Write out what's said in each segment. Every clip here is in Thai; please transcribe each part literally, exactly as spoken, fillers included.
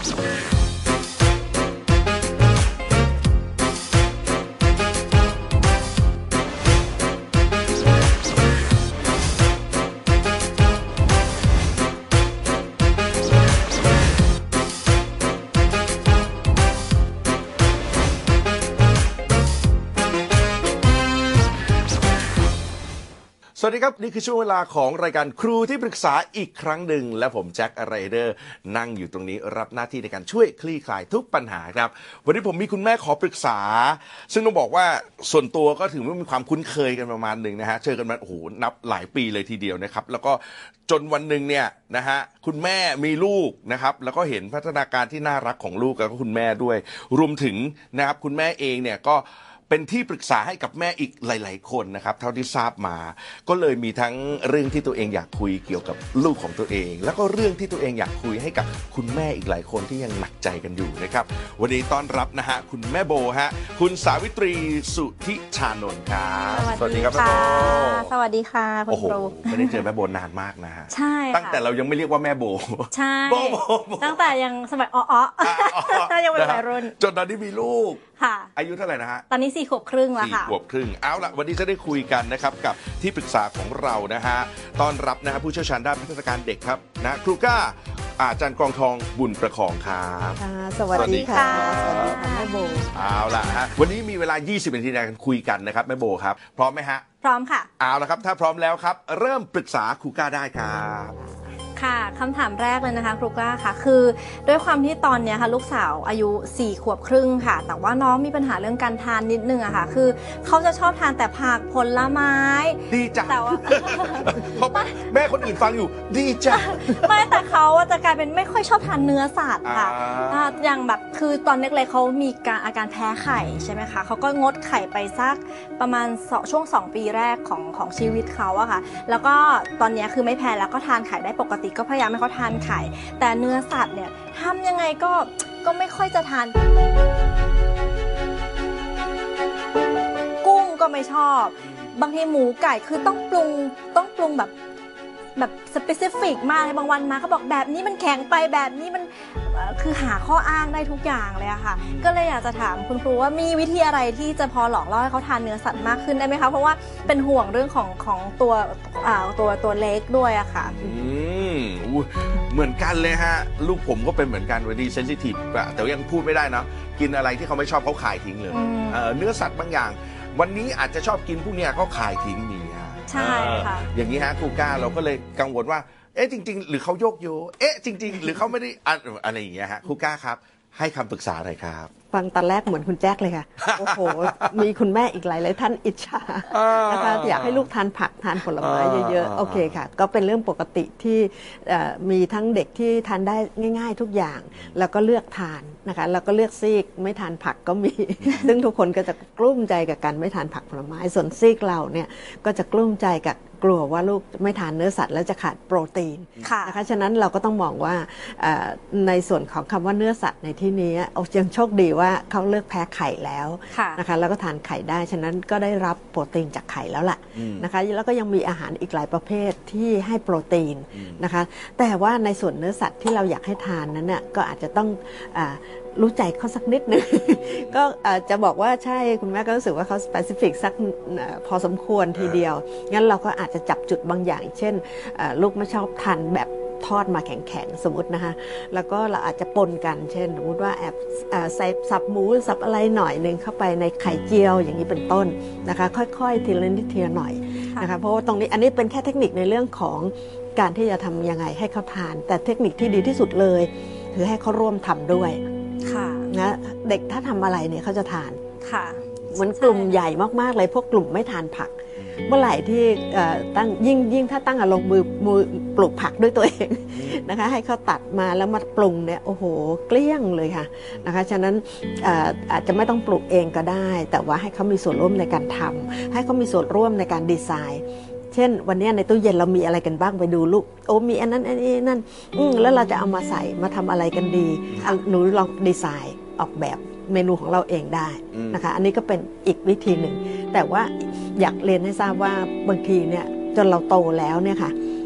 สวัสดีครับนี่คือช่วงเวลาของรายการครูที่ปรึกษาอีกครั้งหนึ่งและผมแจ็คไรเดอร์นั่งอยู่ตรงนี้รับหน้าที่ในการช่วยคลี่คลายทุกปัญหาครับวันนี้ผมมีคุณแม่ขอปรึกษาซึ่งต้องบอกว่าส่วนตัวก็ถือว่ามีความคุ้นเคยกันประมาณหนึ่งนะฮะเจอกันมาโอ้โหนับหลายปีเลยทีเดียวนะครับแล้วก็จนวันหนึ่งเนี่ยนะฮะคุณแม่มีลูกนะครับแล้วก็เห็นพัฒนาการที่น่ารักของลูกแล้วก็คุณแม่ด้วยรวมถึงนะครับคุณแม่เองเนี่ยก็เป็นที่ปรึกษาให้กับแม่อีกหลายๆคนนะครับเท่าที่ทราบมาก็เลยมีทั้งเรื่องที่ตัวเองอยากคุยเกี่ยวกับลูกของตัวเองแล้วก็เรื่องที่ตัวเองอยากคุยให้กับคุณแม่อีกหลายคนที่ยังหนักใจกันอยู่นะครับวันนี้ต้อนรับนะฮะคุณแม่โบฮะคุณสาวิตรีสุทธิชานนท์ครับสวัสดีครับแม่โบสวัสดีค่ะคุณครูไม่ได้เจอแม่โบนานมากนะฮะใช่ตั้งแต่เรายังไม่เรียกว่าแม่โบใช่ตั้งแต่ยังสมัยอ้อๆยังเป็นวัยรุ่นจนตอนนี้มีลูกค่ะอายุเท่าไหร่นะฮะตอนนี้สี่ขวบครึ่งแล้วค่ะสี่ขวบครึ่งเอาละวันนี้จะได้คุยกันนะครับกับที่ปรึกษาของเรานะฮะต้อนรับนะฮะผู้เชี่ยวชาญด้านพัฒนาการเด็กครับนะครูก้าอาจารย์กองทองบุญประคองครับสวัสดีค่ะสวัสดีค่ะแม่โบเอาละฮะวันนี้มีเวลายี่สิบนาทีในการคุยกันนะครับแม่โบครับพร้อมไหมฮะพร้อมค่ะเอาละครับถ้าพร้อมแล้วครับเริ่มปรึกษาครูก้าได้ครับค่ะคำถามแรกเลยนะคะครูก้าค่ะคือด้วยความที่ตอนนี้ค่ะลูกสาวอายุสี่ขวบครึ่งค่ะแต่ว่าน้องมีปัญหาเรื่องการทานนิดนึงอะค่ะคือเขาจะชอบทานแต่ผักผลไม้ดีจังแต่ว่าเพราะแม่คนอื่นฟังอยู่ดีจังไม่แต่เขาจะกลายเป็นไม่ค่อยชอบทานเนื้อสัตว์ค่ะอย่างแบบคือตอนเล็กๆเขามีการอาการแพ้ไข่ใช่ไหมคะเขาก็งดไข่ไปสักประมาณช่วงสองปีแรกของของชีวิตเขาอะค่ะแล้วก็ตอนนี้คือไม่แพ้แล้วก็ทานไข่ได้ปกติก็พยายามให้เขาทานไข่แต่เนื้อสัตว์เนี่ยทำยังไงก็ก็ไม่ค่อยจะทานกุ้งก็ไม่ชอบบางทีหมูไก่คือต้องปรุงต้องปรุงแบบแบบสเปซิฟิกมากเลยบางวันมาเขาบอกแบบนี้มันแข็งไปแบบนี้มันคือหาข้ออ้างได้ทุกอย่างเลยอะค่ะก็เลยอยากจะถามคุณครูว่ามีวิธีอะไรที่จะพอหลอกล่อให้เขาทานเนื้อสัตว์มากขึ้นได้ไหมคะเพราะว่าเป็นห่วงเรื่องของของตัวอ่าตัวตัวเล็กด้วยอะค่ะอืมเหมือนกันเลยฮะลูกผมก็เป็นเหมือนกันวันนี้เซนซิทีฟแต่ยังพูดไม่ได้นะกินอะไรที่เขาไม่ชอบเขาขายทิ้งเลยเนื้อสัตว์บางอย่างวันนี้อาจจะชอบกินพวกนี้ก็ขายทิ้งนี่ฮะใช่ค่ะอย่างนี้ฮะครูก้าเราก็เลยกังวลว่าเอ๊ะจริงๆหรือเขาโยกโยเอ๊ะจริงๆหรือเขาไม่ได้อะไรอย่างเงี้ยฮะครูก้าครับให้คำปรึกษาหน่อยครับฟังตอนแรกเหมือนคุณแจ็คเลยค่ะโอ้โหมีคุณแม่อีกหลายหลายท่านอิจฉานะคะอยากให้ลูกทานผักทานผลไม้เยอะๆโอเคค่ะก็เป็นเรื่องปกติที่มีทั้งเด็กที่ทานได้ง่ายๆทุกอย่างแล้วก็เลือกทานนะคะแล้วก็เลือกซีกไม่ทานผักก็มีซึ่งทุกคนก็จะกลุ้มใจกับการไม่ทานผักผลไม้ส่วนซีกเราเนี่ยก็จะกลุ้มใจกับกลัวว่าลูกไม่ทานเนื้อสัตว์แล้วจะขาดโปรตีนนะคะฉะนั้นเราก็ต้องมองว่าในส่วนของคำว่าเนื้อสัตว์ในที่นี้ยังโชคดีว่าเขาเลิกแพ้ไข่แล้วนะคะแล้วก็ทานไข่ได้ฉะนั้นก็ได้รับโปรตีนจากไข่แล้วล่ะนะคะแล้วก็ยังมีอาหารอีกหลายประเภทที่ให้โปรตีนนะคะแต่ว่าในส่วนเนื้อสัตว์ที่เราอยากให้ทานนั้นน่ะก็อาจจะต้องรู้ใจเขาสักนิดนึง ก็จะบอกว่าใช่คุณแม่ก็รู้สึกว่าเขาสเปซิฟิกสักพอสมควรทีเดียวงั้นเราก็อาจจะจับจุดบางอย่างเช่นลูกไม่ชอบทานแบบทอดมาแข็งๆสมมตินะคะแล้วก็เราอาจจะปนกันเช่นสมมติว่าแอบใส่สับหมูสับอะไรหน่อยนึงเข้าไปในไข่เจียวอย่างนี้เป็นต้นนะคะค่อยๆทีละนิดทีละหน่อยนะคะเพราะว่าตรงนี้อันนี้เป็นแค่เทคนิคในเรื่องของการที่จะทำยังไงให้เขาทานแต่เทคนิคที่ดีที่สุดเลยคือให้เขาร่วมทำด้วยนะเด็กถ้าทำอะไรเนี่ยเขาจะทานเหมือนกลุ่มใหญ่มากๆเลยพวกกลุ่มไม่ทานผักเมื่อไหร่ที่ตั้งยิ่งยิ่งถ้าตั้งอารมณ์มือมือปลูกผักด้วยตัวเองนะคะให้เขาตัดมาแล้วมาปรุงเนี่ยโอ้โหเกลี้ยงเลยค่ะนะคะฉะนั้นอาจจะไม่ต้องปลูกเองก็ได้แต่ว่าให้เขามีส่วนร่วมในการทำให้เขามีส่วนร่วมในการดีไซน์เช่นวันนี้ในตู้เย็นเรามีอะไรกันบ้างไปดูลูกโอ้มีอันนั้นอันนี้นั่นอืแล้วเราจะเอามาใส่มาทำอะไรกันดีหนูลองดีไซน์ออกแบบเมนูของเราเองได้นะคะอันนี้ก็เป็นอีกวิธีหนึ่งแต่ว่าอยากเรียนให้ทราบว่าบางทีเนี่ยจนเราโตแล้วเนี่ยค่ะ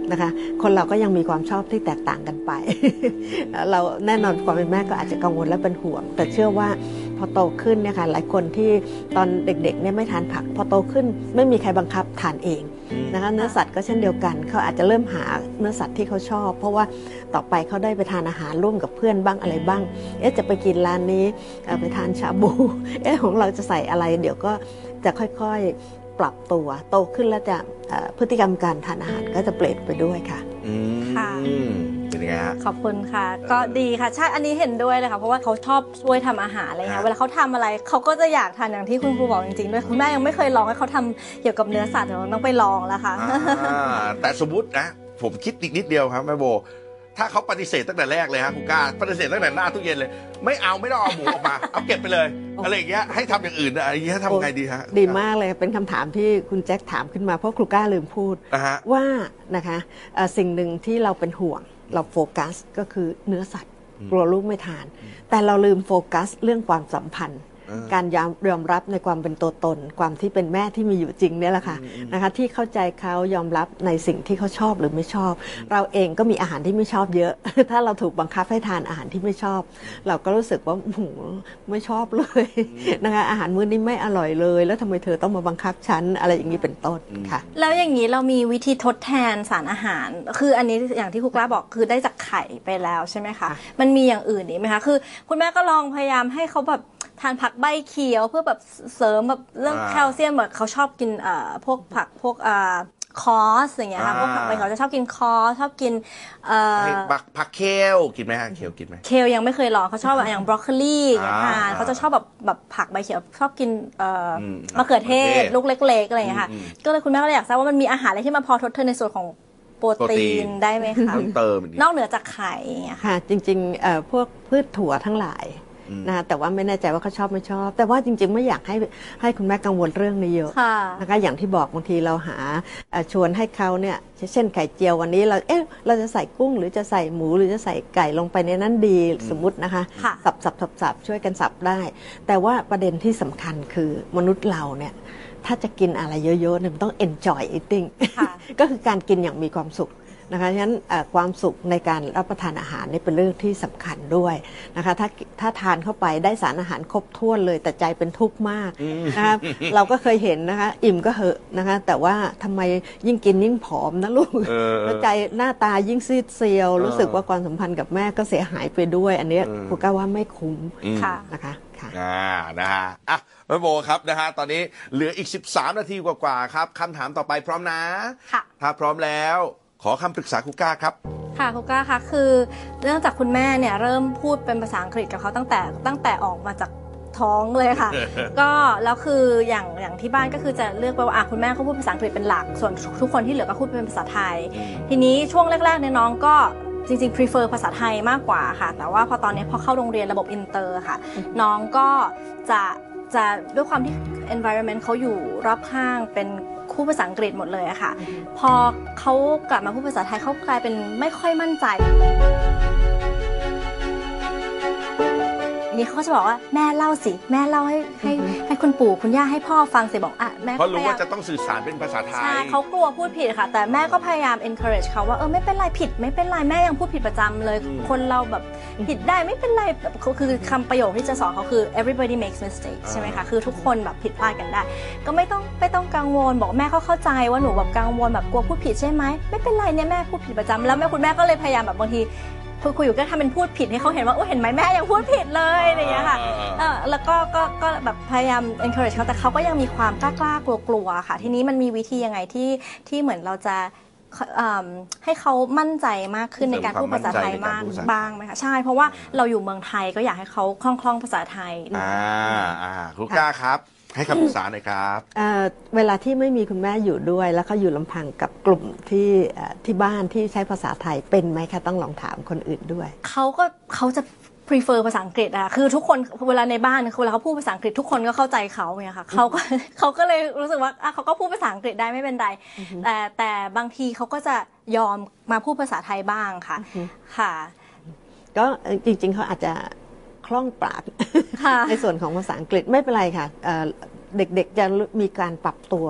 นะคะคนเราก็ยังมีความชอบที่แตกต่างกันไป เราแน่นอนความเป็นแม่ก็อาจจะกังวลและเป็นห่วงแต่เชื่อว่าพอโตขึ้นเนี่ยค่ะหลายคนที่ตอนเด็กๆเนี่ยไม่ทานผักพอโตขึ้นไม่มีใครบังคับทานเองนะคะเนื้อสัตว์ก็เช่นเดียวกันเขาอาจจะเริ่มหาเนื้อสัตว์ที่เขาชอบ เพราะว่าต่อไปเขาได้ไปทานอาหารร่วมกับเพื่อนบ้างอะไรบ้างเอ๊ะจะไปกินร้านนี้ไปทานชาบูเอ๊ะของเราจะใส่อะไรเดี๋ยวก็จะค่อยๆปรับตัวโตขึ้นแล้วจะพฤติกรรมการทานอาหารก็จะเปลี่ยนไปด้วยค่ะค่ะเป็นไงฮะขอบคุณค่ะก็ดีค่ะใช่อันนี้เห็นด้วยเลยค่ะเพราะว่าเขาชอบช่วยทำอาหารอะไรเงี้ยเวลาเขาทำอะไรเขาก็จะอยากทานอย่างที่คุณครูบอกจริงๆด้วยคุณแม่ยังไม่เคยลองให้เขาทำเกี่ยวกับเนื้อสัตว์เราต้องไปลองแล้วค่ะแต่สมมตินะผมคิดอีกนิดเดียวครับแม่โบถ้าเขาปฏิเสธตั้งแต่แรกเลยฮะคุณกล้าปฏิเสธตั้งแต่หน้าตู้เย็นเลยไม่เอาไม่ต้องเอาหมูออกมาเอาเก็บไปเลยอะไรอย่างเงี้ยให้ทำอย่างอื่นอะไรอย่างเงี้ยทำไงดีฮะดีมากเลยเป็นคำถามที่คุณแจ็คถามขึ้นมาเพราะครูกล้าลืมพูดว่านะคะสิ่งหนึ่งที่เราเป็นห่วงเราโฟกัสก็คือเนื้อสัตว์กลัวลูกไม่ทานแต่เราลืมโฟกัสเรื่องความสัมพันธ์การยอมยอมรับในความเป็นตัวตนความที่เป็นแม่ที่มีอยู่จริงเนี่ยแหละค่ะนะคะที่เข้าใจเขายอมรับในสิ่งที่เขาชอบหรือไม่ชอบเราเองก็มีอาหารที่ไม่ชอบเยอะ ถ้าเราถูกบังคับให้ทานอาหารที่ไม่ชอบ เราก็รู้สึกว่าโอ้โหไม่ชอบเลยนะคะอาหารมื้อนี้ไม่อร่อยเลยแล้วทำไมเธอต้องมาบังคับฉันอะไรอย่างนี้เป็นต้นค่ะแล้วอย่างนี้เรามีวิธีทดแทนสารอาหารคืออันนี้อย่างที่ครูกล้าบอกคือได้จากไข่ไปแล้วใช่ไหมคะมันมีอย่างอื่นอีกไหมคะคือคุณแม่ก็ลองพยายามให้เขาแบบทานผักใบเขียวเพื่อแบบเสริมแบบเรื่องแคลเซียมแบบเขาชอบกินเอ่อพวกผักพวกเอ่อคอสอย่างเงี้ยค่ะพวกผักใบเขาจะชอบกินคอสชอบกินเอ่อผักผักเคลกินไหมฮะเคลกินไหมเคลยังไม่เคยลองเขาชอบแบบอย่างบรอกโคลีอย่างเงี้ยทานเขาจะชอบแบบแบบผักใบเขียวชอบกินเอ่อมะเขือเทศลูกเล็กๆอะไรอย่างเงี้ยค่ะก็เลยคุณแม่ก็เลยอยากทราบว่ามันมีอาหารอะไรที่มาพอทดแทนในส่วนของโปรตีนได้ไหมคะเติมนอกเหนือจากไข่ค่ะจริงๆพวกพืชถั่วทั้งหลายนะคะแต่ว่าไม่แน่ใจว่าเขาชอบไม่ชอบแต่ว่าจริงๆไม่อยากให้ให้คุณแม่กังวลเรื่องนี้เยอะนะคะอย่างที่บอกบางทีเราหาชวนให้เขาเนี่ยเช่นไข่เจียววันนี้เราเอ๊ะเราจะใส่กุ้งหรือจะใส่หมูหรือจะใส่ไก่ลงไปในนั้นดีสมมุตินะคะสับสับสับสับช่วยกันสับได้แต่ว่าประเด็นที่สำคัญคือมนุษย์เราเนี่ยถ้าจะกินอะไรเยอะๆเนี่ยมันต้อง enjoy eating ก็คือการกินอย่างมีความสุขนะคะฉะนั้นความสุขในการรับประทานอาหารนี่เป็นเรื่องที่สำคัญด้วยนะคะถ้าถ้าทานเข้าไปได้สารอาหารครบถ้วนเลยแต่ใจเป็นทุกข์มากนะคะเราก็เคยเห็นนะคะอิ่มก็เหอะนะคะแต่ว่าทำไมยิ่งกินยิ่งผอมนะลูกแล้วใจหน้าตายิ่งซีดเซียวรู้สึกว่าความสัมพันธ์กับแม่ก็เสียหายไปด้วยอันนี้ครูก็ว่าไม่คุ้มนะคะค่ะอ่านะฮะอ่ะแม่โบครับนะฮะตอนนี้เหลืออีกสิบสามนาทีกว่าๆครับคำถามต่อไปพร้อมนะค่ะถ้าพร้อมแล้วขอคำปรึกษาครูก้าครับค่ะครูก้าคะคือเนื่องจากคุณแม่เนี่ยเริ่มพูดเป็นภาษาอังกฤษกับเขาตั้งแต่ตั้งแต่ออกมาจากท้องเลยค่ะ ก็แล้วคืออย่างอย่างที่บ้านก็คือจะเลือกไปว่าอ่ะคุณแม่เขาพูดภาษาอังกฤษเป็นหลักส่วนทุกคนที่เหลือก็พูดเป็นภาษาไทยทีนี้ช่วงแรกๆเนี่ยน้องก็จริงๆ prefer ภาษาไทยมากกว่าค่ะแต่ว่าพอตอนนี้พอเข้าโรงเรียนระบบอินเตอร์ค่ะน้องก็จะจะด้วยความที่ environment เขาอยู่รอบข้างเป็นคู่ภาษาอังกฤษหมดเลยอะค่ะพอเขากลับมาพูดภาษาไทยเขากลายเป็นไม่ค่อยมั่นใจนี่เขาจะบอกว่าแม่เล่าสิแม่เล่าให้ให้ให้คุณปู่คุณย่าให้พ่อฟังสิบอกอ่ะแม่เพราะรู้ว่าจะต้องสื่อสารเป็นภาษาไทยใช่เขากลัวพูดผิดค่ะแต่แม่ก็พยายาม encourage เขาว่าเออไม่เป็นไรผิดไม่เป็นไรแม่ยังพูดผิดประจำเลยคนเราแบบผิดได้ไม่เป็นไรคือคำประโยคที่จะสอนเขาคือ everybody makes mistakes ใช่ไหมคะคือทุกคนแบบผิดพลาดกันได้ก็ไม่ต้องไม่ต้องกังวลบอกแม่เขาเข้าใจว่าหนูแบบกังวลแบบกลัวพูดผิดใช่ไหมไม่เป็นไรเนี่ยแม่พูดผิดประจำแล้วแม่คุณแม่ก็เลยพยายามแบบบางทีคุยคุยอยู่ก็ทำเป็นพูดผิดให้เขาเห็นว่าโอ้เห็นไหมแม่ยังพูดผิดเลยอะไรอย่างเงี้ยค่ะเออแล้วก็ก็ก็แบบพยายาม encourage เขาแต่เขาก็ยังมีความกล้ากล้ากลัวกลัวค่ะทีนี้มันมีวิธียังไงที่ที่เหมือนเราจะให้เขามั่นใจมากขึ้นในการพูดภาษาไทยมากบ้างไหมคะใช่เพราะว่าเราอยู่เมืองไทยก็อยากให้เขาคล่องคล่องภาษาไทยอ่าอ่าครูก้าครับให้คำปรึกษาหน่อยครับเวลาที่ไม่มีคุณแม่อยู่ด้วยแล้วเขาอยู่ลำพังกับกลุ่มที่ที่บ้านที่ใช้ภาษาไทยเป็นไหมคะต้องลองถามคนอื่นด้วยเขาก็เขาจะ prefer ภาษาอังกฤษอะคือทุกคนเวลาในบ้านเวลาเขาพูดภาษาอังกฤษทุกคนก็เข้าใจเขาเนี่ยค่ะเขาก็เขาก็เลยรู้สึกว่าเขาก็พูดภาษาอังกฤษได้ไม่เป็นไรแต่แต่บางทีเขาก็จะยอมมาพูดภาษาไทยบ้างค่ะค่ะก็จริงๆเขาอาจจะคล่องปากในส่วนของภาษาอังกฤษไม่เป็นไรค่ะเด็กๆจะมีการปรับตัว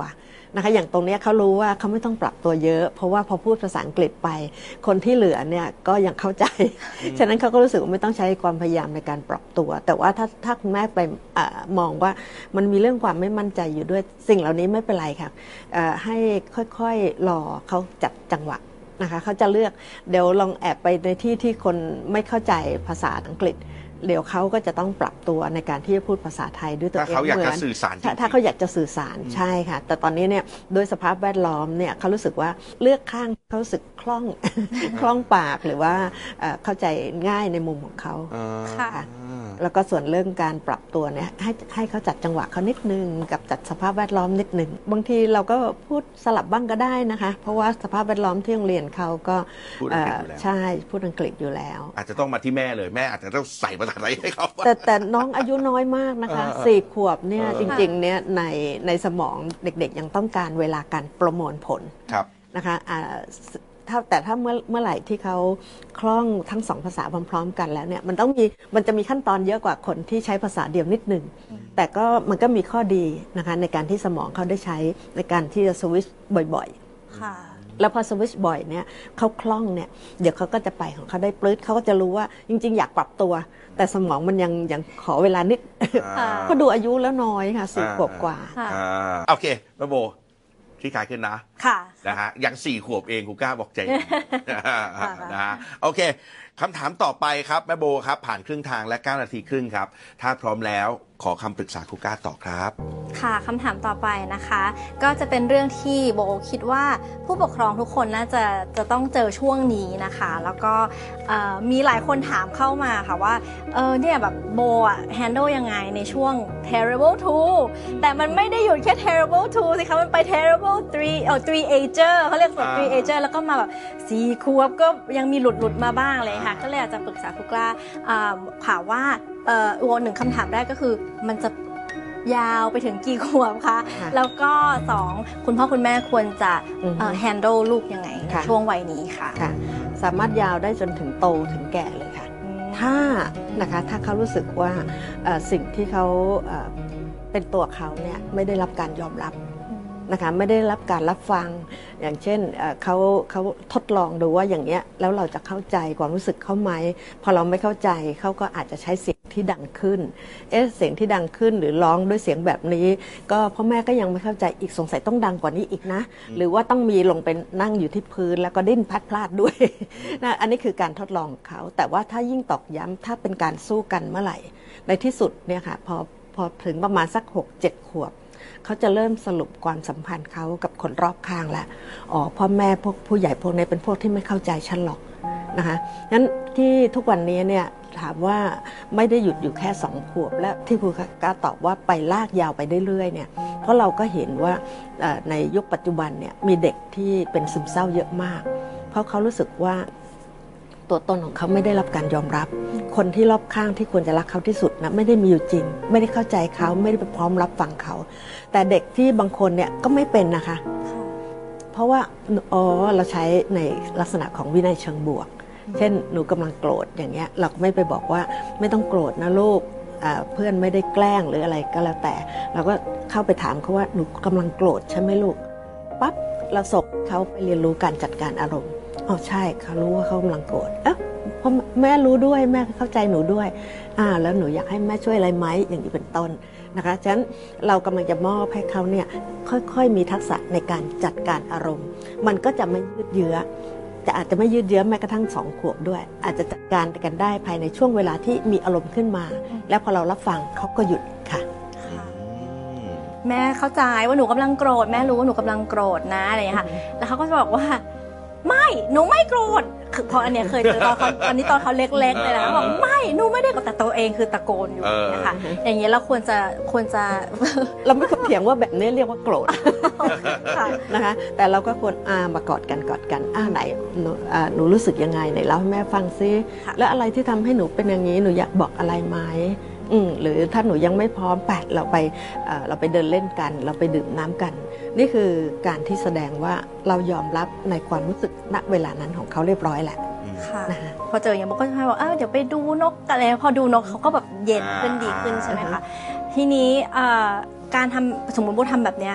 นะคะอย่างตรงนี้เขารู้ว่าเขาไม่ต้องปรับตัวเยอะเพราะว่าพอพูดภาษาอังกฤษไปคนที่เหลือเนี่ยก็ยังเข้าใจฉะนั้นเขาก็รู้สึกว่าไม่ต้องใช้ความพยายามในการปรับตัวแต่ว่าถ้าถ้าคุณแม่ไปอมองว่ามันมีเรื่องความไม่มั่นใจอยู่ด้วยสิ่งเหล่านี้ไม่เป็นไรค่ะให้ค่อยๆรอเขาจัดจังหวะนะคะเขาจะเลือกเดี๋ยวลองแอบไปในที่ที่คนไม่เข้าใจภาษาอังกฤษเดี๋ยวเขาก็จะต้องปรับตัวในการที่จะพูดภาษาไทยด้วยตัวเองถ้าเขาอยากจะสื่อสารจริงๆถ้าเขาอยากจะสื่อสารใช่ค่ะแต่ตอนนี้เนี่ยโดยสภาพแวดล้อมเนี่ยเขารู้สึกว่าเลือกข้างเขารู้สึกคล่อง คล่องปากหรือว่าเข้าใจง่ายในมุมของเขาค่ะแล้วก็ส่วนเรื่องการปรับตัวเนี่ยให้ให้เขาจัดจังหวะเขานิดนึงกับจัดสภาพแวดล้อมนิดนึงบางทีเราก็พูดสลับบ้างก็ได้นะคะเพราะว่าสภาพแวดล้อมที่โรงเรียนเขาก็ใช่พูดอังกฤษอยู่แล้วอาจจะต้องมาที่แม่เลยแม่อาจจะต้องใส่ภาษาไทยให้เขาแต่แต่น้องอายุน้อยมากนะคะสี่ขวบเนี่ยจริงๆเนี่ยในในสมองเด็กๆยังต้องการเวลาการประมวลผลนะคะถ้าแต่ถ้าเมื่อเมื่อไหร่ที่เขาคล่องทั้งสองภาษาพร้อมๆกันแล้วเนี่ยมันต้องมีมันจะมีขั้นตอนเยอะกว่าคนที่ใช้ภาษาเดียวนิดหนึ่งแต่ก็มันก็มีข้อดีนะคะในการที่สมองเขาได้ใช้ในการที่จะสวิตช์บ่อยๆค่ะแล้วพอสวิตช์บ่อยเนี่ยเขาคล่องเนี่ยเดี๋ยวเขาก็จะไปของเขาได้ปลื้ดเขาก็จะรู้ว่าจริงๆอยากปรับตัวแต่สมองมันยังยังขอเวลานิดก็ดูอายุแล้วน้อยค่ะสี่ขวบกว่าโอเคแม่โบที่ขายขึ้นนะค่ะนะฮะยังสี่ขวบเองครูกล้าบอกใจนะฮะโอเคคำถามต่อไปครับแม่โบครับผ่านครึ่งทางและเก้านาทีครึ่งครับถ้าพร้อมแล้วขอคำปรึกษาครูก้าต่อครับค่ะคำถามต่อไปนะคะก็จะเป็นเรื่องที่โบคิดว่าผู้ปกครองทุกคนน่าจะจะต้องเจอช่วงนี้นะคะแล้วก็มีหลายคนถามเข้ามาค่ะว่าเออเนี่ยแบบโบอะ handle ยังไงในช่วง terrible two แต่มันไม่ได้หยุดแค่ terrible two สิคะมันไป terrible three เออ three ager เขาเรียกว่า three ager แล้วก็มาแบบสี่ขวบก็ยังมีหลุดหลุดมาบ้างเลยค่ะก็เลยอยากจะปรึกษาครูกล้าค่ะว่าเอ่อหนึ่งคำถามแรกก็คือมันจะยาวไปถึงกี่ขวบคะแล้วก็สองคุณพ่อคุณแม่ควรจะเอ่อ handle ลูกยังไงในช่วงวัยนี้ค่ะสามารถยาวได้จนถึงโตถึงแก่เลยค่ะถ้านะคะถ้าเขารู้สึกว่าสิ่งที่เขาเป็นตัวเขาเนี่ยไม่ได้รับการยอมรับนะคะไม่ได้รับการรับฟังอย่างเช่นเขาเขาทดลองดูว่าอย่างเนี้ยแล้วเราจะเข้าใจความรู้สึกเขาไหมพอเราไม่เข้าใจเขาก็อาจจะใช้เสียงที่ดังขึ้นเอ๊ะเสียงที่ดังขึ้นหรือร้องด้วยเสียงแบบนี้ก็พ่อแม่ก็ยังไม่เข้าใจอีกสงสัยต้องดังกว่านี้อีกนะหรือว่าต้องมีลงไปนั่งอยู่ที่พื้นแล้วก็ดิ้นพลัดพลาดด้วยนะอันนี้คือการทดลองของเขาแต่ว่าถ้ายิ่งตอกย้ำถ้าเป็นการสู้กันเมื่อไหร่ในที่สุดเนี่ยค่ะพอพอถึงประมาณสัก หกเจ็ด ขวบเขาจะเริ่มสรุปความสัมพันธ์เขากับคนรอบข้างแล้วอ๋อพ่อแม่พวกผู้ใหญ่พวกนี้เป็นพวกที่ไม่เข้าใจฉันหรอกนะคะงั้นที่ทุกวันนี้เนี่ยถามว่าไม่ได้หยุดอยู่แค่สองขวบและที่ครูกล้าตอบว่าไปลากยาวไปเรื่อยๆเนี่ยเพราะเราก็เห็นว่าในยุคปัจจุบันเนี่ยมีเด็กที่เป็นซึมเศร้าเยอะมากเพราะเขารู้สึกว่าตัวตนของเขาไม่ได้รับการยอมรับคนที่รอบข้างที่ควรจะรักเขาที่สุดนะไม่ได้มีอยู่จริงไม่ได้เข้าใจเขาไม่ได้พร้อมรับฟังเขาแต่เด็กที่บางคนเนี่ยก็ไม่เป็นนะคะเพราะว่าอ๋อเราใช้ในลักษณะของวินัยเชิงบวกเช่นหนูกำลังโกรธอย่างเงี้ยเราก็ไม่ไปบอกว่าไม่ต้องโกรธนะลูกเพื่อนไม่ได้แกล้งหรืออะไรก็แล้วแต่เราก็เข้าไปถามเขาว่าหนูกำลังโกรธใช่ไหมลูกปั๊บเราส่งเขาไปเรียนรู้การจัดการอารมณ์อ๋อใช่เขารู้ว่าเขากำลังโกรธเอ๊ะเพราะแม่รู้ด้วยแม่เข้าใจหนูด้วยอ่าแล้วหนูอยากให้แม่ช่วยอะไรไหมอย่างนี้เป็นต้นนะคะฉะนั้นเรากำลังจะมอบให้เขาเนี่ยค่อยๆมีทักษะในการจัดการอารมณ์มันก็จะไม่ยืดเยื้อจะอาจจะไม่ยืดเยื้อแม้กระทั่งสองขวบด้วยอาจจะจัดการกันได้ภายในช่วงเวลาที่มีอารมณ์ขึ้นมาแล้วพอเรารับฟังเขาก็หยุดค่ะแม่เข้าใจว่าหนูกำลังโกรธแม่รู้ว่าหนูกำลังโกรธนะอะไรอย่างเงี้ยค่ะแล้วเขาก็จะบอกว่าไม่หนูไม่โกรธคือพออันเนี้ยเคยเจอตอนเขาอันนี้ตอนเขาเล็กๆเลยนะบอกไม่หนูไม่ได้แต่ตัวเองคือตะโกนอยู่นะคะอย่างเงี้ยเราควรจะควรจะเราไม่ควรเถียงว่าแบบนี้เรียกว่าโกรธนะคะแต่เราก็ควรอ่ามากอดกันกอดกันอ่าไหนหนูรู้สึกยังไงไหนเล่าให้แม่ฟังซิแล้วอะไรที่ทำให้หนูเป็นอย่างนี้หนูอยากบอกอะไรไหมอืมหรือถ้าหนูยังไม่พร้อมแปดเราไปเราไปเดินเล่นกันเราไปดื่มน้ำกันนี่คือการที่แสดงว่าเรายอมรับในความรู้สึกณเวลานั้นของเขาเรียบร้อยแหละค่ะพอเจออย่างนี้ก็จะให้บอกเออเดี๋ยวไปดูนกอะไรพอดูนกเขาก็แบบเย็นขึ้นดีขึ้นใช่ไหมคะทีนี้การทำสมมติว่าทำแบบเนี้ย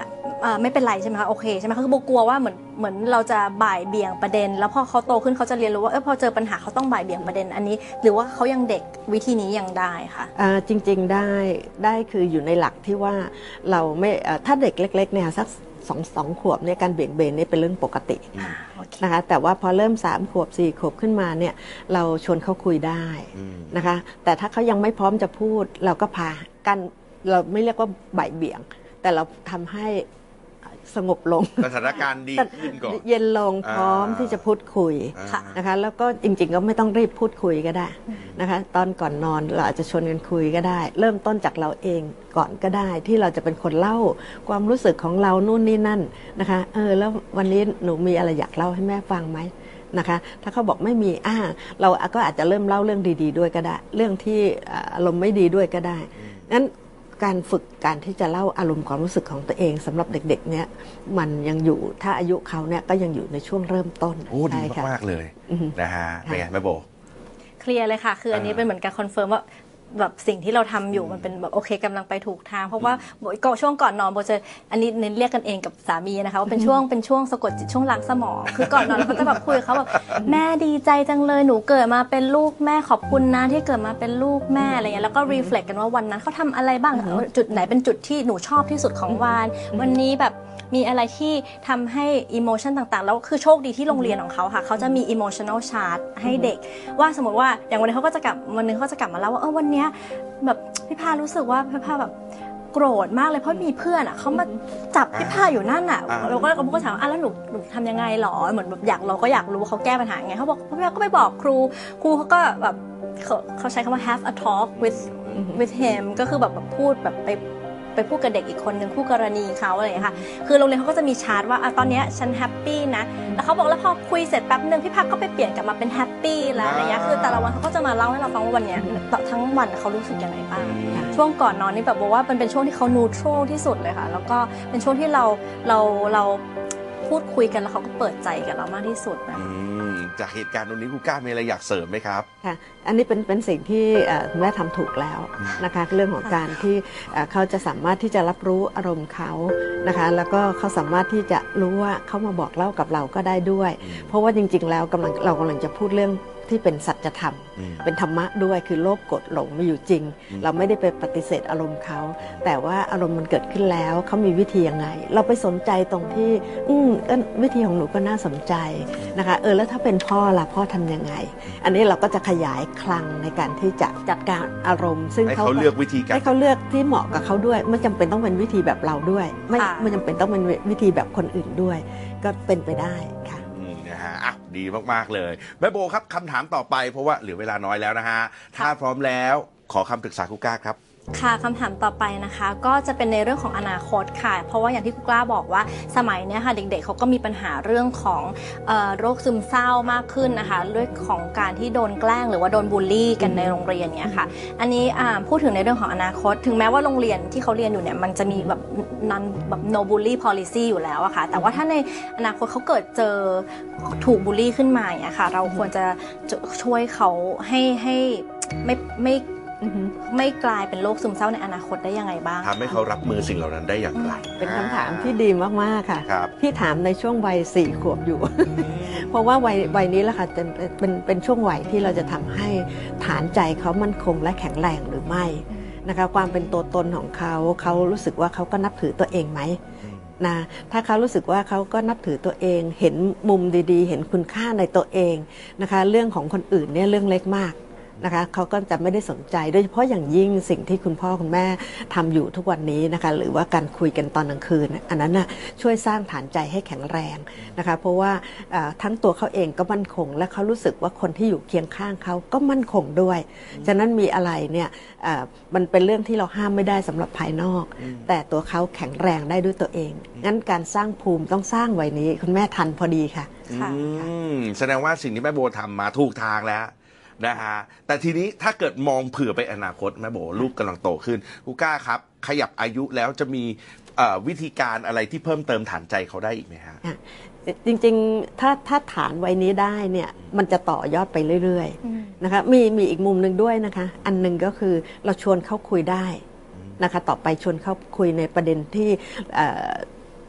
เอ่อไม่เป็นไรใช่ไหมคะโอเคใช่ไหมคะคือโบกลัวว่าเหมือนเหมือนเราจะบ่ายเบี่ยงประเด็นแล้วพอเขาโตขึ้นเขาจะเรียนรู้ว่าเออพอเจอปัญหาเขาต้องบ่ายเบี่ยงประเด็นอันนี้หรือว่าเขายังเด็กวิธีนี้ยังได้ค่ะอ่าจริงๆได้ได้คืออยู่ในหลักที่ว่าเราไม่ถ้าเด็กเล็กๆเนี่ยสักสองสองขวบเนี่ยการเบี่ยงเบนนี่เป็นเรื่องปกตินะคะแต่ว่าพอเริ่มสามขวบสี่ขวบขึ้นมาเนี่ยเราชวนเขาคุยได้นะคะแต่ถ้าเขายังไม่พร้อมจะพูดเราก็พากันเราไม่เรียกว่าบ่ายเบี่ยงแต่เราทำให้สงบลงสถานการณ์ดีขึ้นก่อนเย็นลงพร้อมที่จะพูดคุยนะคะแล้วก็จริงๆก็ไม่ต้องรีบพูดคุยก็ได้นะคะตอนก่อนนอนเราอาจจะชวนกันคุยก็ได้เริ่มต้นจากเราเองก่อนก็ได้ที่เราจะเป็นคนเล่าความรู้สึกของเรานู่นนี่นั่นนะคะเออแล้ววันนี้หนูมีอะไรอยากเล่าให้แม่ฟังไหมนะคะถ้าเขาบอกไม่มีอ่าเราก็อาจจะเริ่มเล่าเรื่องดีๆด้วยก็ได้เรื่องที่อารมณ์ไม่ดีด้วยก็ได้งั้นการฝึกการที่จะเล่าอารมณ์ความรู้สึกของตัวเองสำหรับเด็กๆเนี่ยมันยังอยู่ถ้าอายุเขาเนี่ยก็ยังอยู่ในช่วงเริ่มต้นโอ้ดีมากๆเลยนะฮะเป็นไงแม่โบเคลียร์เลยค่ะคืออันนี้เป็นเหมือนการคอนเฟิร์มว่าแบบสิ่งที่เราทำอยู่มันเป็นแบบโอเคกำลังไปถูกทางเพราะว่าก็ช่วงก่อนนอนโบจะอันนี้เน้นเรียกกันเองกับสามีนะคะว่าเป็นช่วงเป็นช่วงสะกดจิตช่วงล้างสมองคือก่อนนอนเราก็จะแบบคุยกับเขาแบบแม่ดีใจจังเลยหนูเกิดมาเป็นลูกแม่ขอบคุณนะที่เกิดมาเป็นลูกแม่อะไรเงี้ยแล้วก็รีเฟล็กกันว่าวันนั้นเขาทำอะไรบ้างจุดไหนเป็นจุดที่หนูชอบที่สุดของวันวันนี้แบบมีอะไรที่ทำให้อิโมชันต่างๆแล้วคือโชคดีที่โรงเรียนของเขาค่ะเขาจะมี emotional chart ให้เด็กว่าสมมติว่าอย่างวันนี้เขาก็จะกลับวันนึงเขาจะกลับมาแล้วว่าเออวันนี้แบบพี่พารู้สึกว่าพี่พาแบบโกรธมากเลยเพราะมีเพื่อนอ่ะเขามาจับพี่พาอยู่นั่นอ่ะเราก็เราก็ถามอ่ะแล้วหนูหนูทำยังไงหรอเหมือนแบบอยากเราก็อยากรู้เขาแก้ปัญหาไงเขาบอกพี่พาก็ไปบอกครูครูเขาก็แบบเขาเขาใช้คำว่า have a talk with with him ก็คือแบบแบบพูดแบบไปไปพูดกับเด็กอีกคนหนึ่งคู่กรณีเขาอะไรอย่างเงี้ยค่ะคือโรงเรียนเขาก็จะมีชาร์ตว่าอ่ะตอนนี้ฉันแฮปปี้นะแล้วเขาบอกแล้วพอคุยเสร็จแป๊บนึงพี่พักก็ไปเปลี่ยนกลับมาเป็นแฮปปี้แล้วอะไรเงี้ยคือแต่ละวันเขาก็จะมาเล่าให้เราฟังว่าวันนี้ทั้งวันเขารู้สึกยังไงบ้างช่วงก่อนนอนนี่แบบบอกว่ามันเป็นช่วงที่เขานูทรัลที่สุดเลยค่ะแล้วก็เป็นช่วงที่เราเราเราพูดคุยกันแล้วเขาก็เปิดใจกับเรามากที่สุดนะจากเหตุการณ์ตรงนี้ครูก้ามีอะไรอยากเสริมไหมครับค่ะอันนี้เป็นเป็นสิ่งที่คุณแม่ทำถูกแล้วนะคะเรื่องของการที่เขาจะสามารถที่จะรับรู้อารมณ์เขานะคะแล้วก็เขาสามารถที่จะรู้ว่าเขามาบอกเล่ากับเราก็ได้ด้วยเพราะว่าจริงๆแล้วกำลังเรากำลังจะพูดเรื่องที่เป็นสัจธรรมเป็นธรรมะด้วยคือโลภโกรธหลงมีอยู่จริงเราไม่ได้ไปปฏิเสธอารมณ์เขาแต่ว่าอารมณ์มันเกิดขึ้นแล้วเขามีวิธียังไงเราไปสนใจตรงที่อืมวิธีของหนูก็น่าสนใจนะคะเออแล้วถ้าเป็นพ่อล่ะพ่อทำยังไงอันนี้เราก็จะขยายคลังในการที่จะจัดการอารมณ์ซึ่งให้เขาเลือกวิธีการให้เขาเลือกที่เหมาะกับเขาด้วยไม่จำเป็นต้องเป็นวิธีแบบเราด้วยไม่ไม่จำเป็นต้องเป็นวิธีแบบคนอื่นด้วยก็เป็นไปได้ค่ะนะฮะอ่ะดีมากๆเลยแม่โบครับคำถามต่อไปเพราะว่าเหลือเวลาน้อยแล้วนะฮะถ้าพร้อมแล้วขอคำปรึกษาครูก้าครับค่ะคำถามต่อไปนะคะก็จะเป็นในเรื่องของอนาคตค่ะเพราะว่าอย่างที่ครูกล้าบอกว่าสมัยนี้ค่ะเด็กๆเขาก็มีปัญหาเรื่องของเอ่อโรคซึมเศร้ามากขึ้นนะคะเรื่องของการที่โดนแกล้งหรือว่าโดนบูลลี่กันในโรงเรียนเนี้ยค่ะอันนี้พูดถึงในเรื่องของอนาคตถึงแม้ว่าโรงเรียนที่เขาเรียนอยู่เนี่ยมันจะมีแบบนันแบบ no bully policy อยู่แล้วอะค่ะแต่ว่าถ้าในอนาคตเขาเกิดเจอถูกบูลลี่ขึ้นมาอย่างเงี้ยค่ะเราควรจะช่วยเขาให้ให้ไม่ไม่ไม่กลายเป็นโรคซึมเศร้าในอนาคตได้ยังไงบ้างทำให้เขารับมือสิ่งเหล่านั้นได้อย่างไรเป็นคำถามที่ดีมากๆค่ะที่ถามในช่วงวัยสี่ขวบอยู่เพราะว่าวัยวัยนี้แหละค่ะเป็นเป็นเป็นช่วงวัยที่เราจะทำให้ฐานใจเขามั่นคงและแข็งแรงหรือไม่นะคะความเป็นตัวตนของเขาเขารู้สึกว่าเขาก็นับถือตัวเองไหมนะถ้าเขารู้สึกว่าเขาก็นับถือตัวเองเห็นมุมดีๆเห็นคุณค่าในตัวเองนะคะเรื่องของคนอื่นเนี่ยเรื่องเล็กมากนะคะเขาก็จะไม่ได้สนใจโดยเฉพาะอย่างยิ่งสิ่งที่คุณพ่อคุณแม่ทำอยู่ทุกวันนี้นะคะหรือว่าการคุยกันตอนกลางคืนอันนั้นน่ะช่วยสร้างฐานใจให้แข็งแรงนะคะเพราะว่าทั้งตัวเขาเองก็มั่นคงและเขารู้สึกว่าคนที่อยู่เคียงข้างเขาก็มั่นคงด้วยฉะนั้นมีอะไรเนี่ยมันเป็นเรื่องที่เราห้ามไม่ได้สำหรับภายนอกแต่ตัวเขาแข็งแรงได้ด้วยตัวเองงั้นการสร้างภูมิต้องสร้างไว้นี้คุณแม่ทันพอดีค่ะแสดงว่าสิ่งที่แม่โบทำมาถูกทางแล้วนะฮะแต่ทีนี้ถ้าเกิดมองเผื่อไปอนาคตแม่โบลูกกำลังโตขึ้นครูก้าครับขยับอายุแล้วจะมีวิธีการอะไรที่เพิ่มเติมฐานใจเขาได้อีกไหมฮะจริงๆถ้าถ้าฐานไว้นี้ได้เนี่ยมันจะต่อยอดไปเรื่อยๆนะคะมีมีอีกมุมหนึ่งด้วยนะคะอันหนึ่งก็คือเราชวนเขาคุยได้นะคะต่อไปชวนเขาคุยในประเด็นที่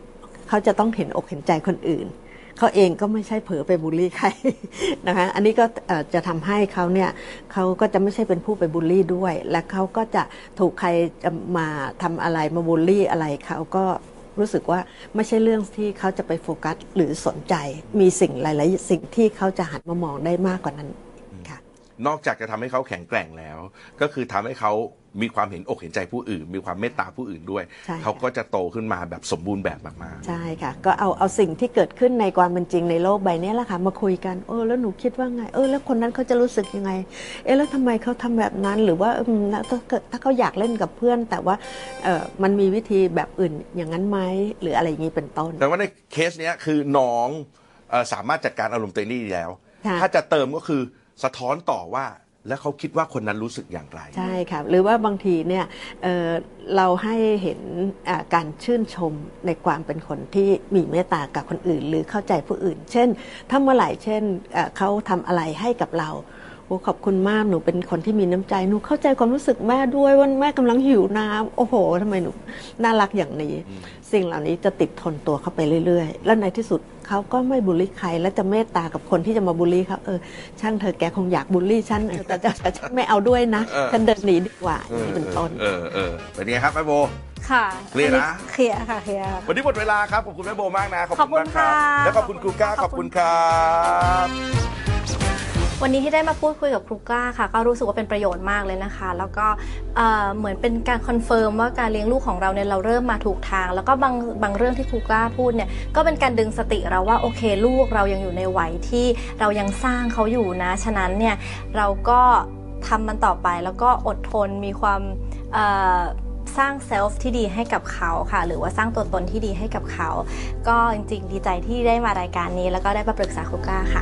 เขาจะต้องเห็นอกเห็นใจคนอื่นเขาเองก็ไม่ใช่เผลอไปบูลลี่ใคร นะคะอันนี้ก็จะทำให้เขาเนี่ยเขาก็จะไม่ใช่เป็นผู้ไปบูลลี่ด้วย และเขาก็จะถูกใครจะมาทำอะไรมาบูลลี่อะไรเขาก็รู้สึกว่าไม่ใช่เรื่องที่เขาจะไปโฟกัสหรือสนใจมีสิ่งหลายๆสิ่งที่เขาจะหันมามองได้มากกว่านั้นค่ะนอกจากจะทำให้เขาแข็งแกร่งแล้วก็คือทำให้เขามีความเห็นอกเห็นใจผู้อื่นมีความเมตตาผู้อื่นด้วยเขาก็จะโตขึ้นมาแบบสมบูรณ์แบบมากๆใช่ค่ะก็เอาเอาสิ่งที่เกิดขึ้นในความเป็นจริงในโลกใบนี้แหละค่ะมาคุยกันเออแล้วหนูคิดว่าไงเออแล้วคนนั้นเขาจะรู้สึกยังไงเออแล้วทำไมเขาทำแบบนั้นหรือว่าถ้าเกิดถ้าเขาอยากเล่นกับเพื่อนแต่ว่าเออมันมีวิธีแบบอื่นอย่างนั้นไหมหรืออะไรอย่างนี้เป็นต้นแต่ว่าในเคสเนี้ยคือน้องสามารถจัดการอารมณ์ตัวเองได้ดีแล้วถ้าจะเติมก็คือสะท้อนต่อว่าแล้วเขาคิดว่าคนนั้นรู้สึกอย่างไรใช่ค่ะหรือว่าบางทีเนี่ย เ, เราให้เห็นการชื่นชมในความเป็นคนที่มีเมตตากับคนอื่นหรือเข้าใจผู้อื่นเช่นถ้าเมื่อไหร่เช่นเขาทำอะไรให้กับเราโอ้ขอบคุณมากหนูเป็นคนที่มีน้ำใจหนูเข้าใจความรู้สึกแม่ด้วยว่าแม่กำลังหิวน้ำโอ้โหทำไมหนูน่ารักอย่างนี้สิ่งเหล่านี้จะติดทนตัวเข้าไปเรื่อยๆแล้วในที่สุดเขาก็ไม่บูลลี่ใครและจะเมตตากับคนที่จะมาบูลลี่เขาเออช่างเธอแกคงอยากบูลลี่ฉันแต่แต่ฉันไม่เอาด้วยนะฉันเดินหนีดีกว่านี่เป็นต้นเออเออเป็นไงครับแม่โบค่ะเคลียร์นะเคลียร์ค่ะเคลียร์วันนี้หมดเวลาครับขอบคุณแม่โบมากนะขอบคุณมากครับแล้วขอบคุณครูก้าขอบคุณครับวันนี้ที่ได้มาพูดคุยกับครูก้าค่ะก็รู้สึกว่าเป็นประโยชน์มากเลยนะคะแล้วก็เหมือนเป็นการคอนเฟิร์มว่าการเลี้ยงลูกของเราเนี่ยเราเริ่มมาถูกทางแล้วก็บางบางเรื่องที่ครูก้าพูดเนี่ยก็เป็นการดึงสติเราว่าโอเคลูกเรายังอยู่ในวัยที่เรายังสร้างเขาอยู่นะฉะนั้นเนี่ยเราก็ทำมันต่อไปแล้วก็อดทนมีความสร้างเซลฟ์ที่ดีให้กับเขาค่ะหรือว่าสร้างตัวตนที่ดีให้กับเขาก็จริงๆดีใจที่ได้มารายการนี้แล้วก็ได้มาปรึกษาครูก้าค่ะ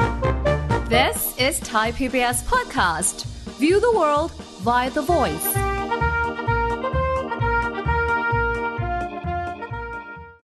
This is Thai พี บี เอส podcast. View the world via The Voice.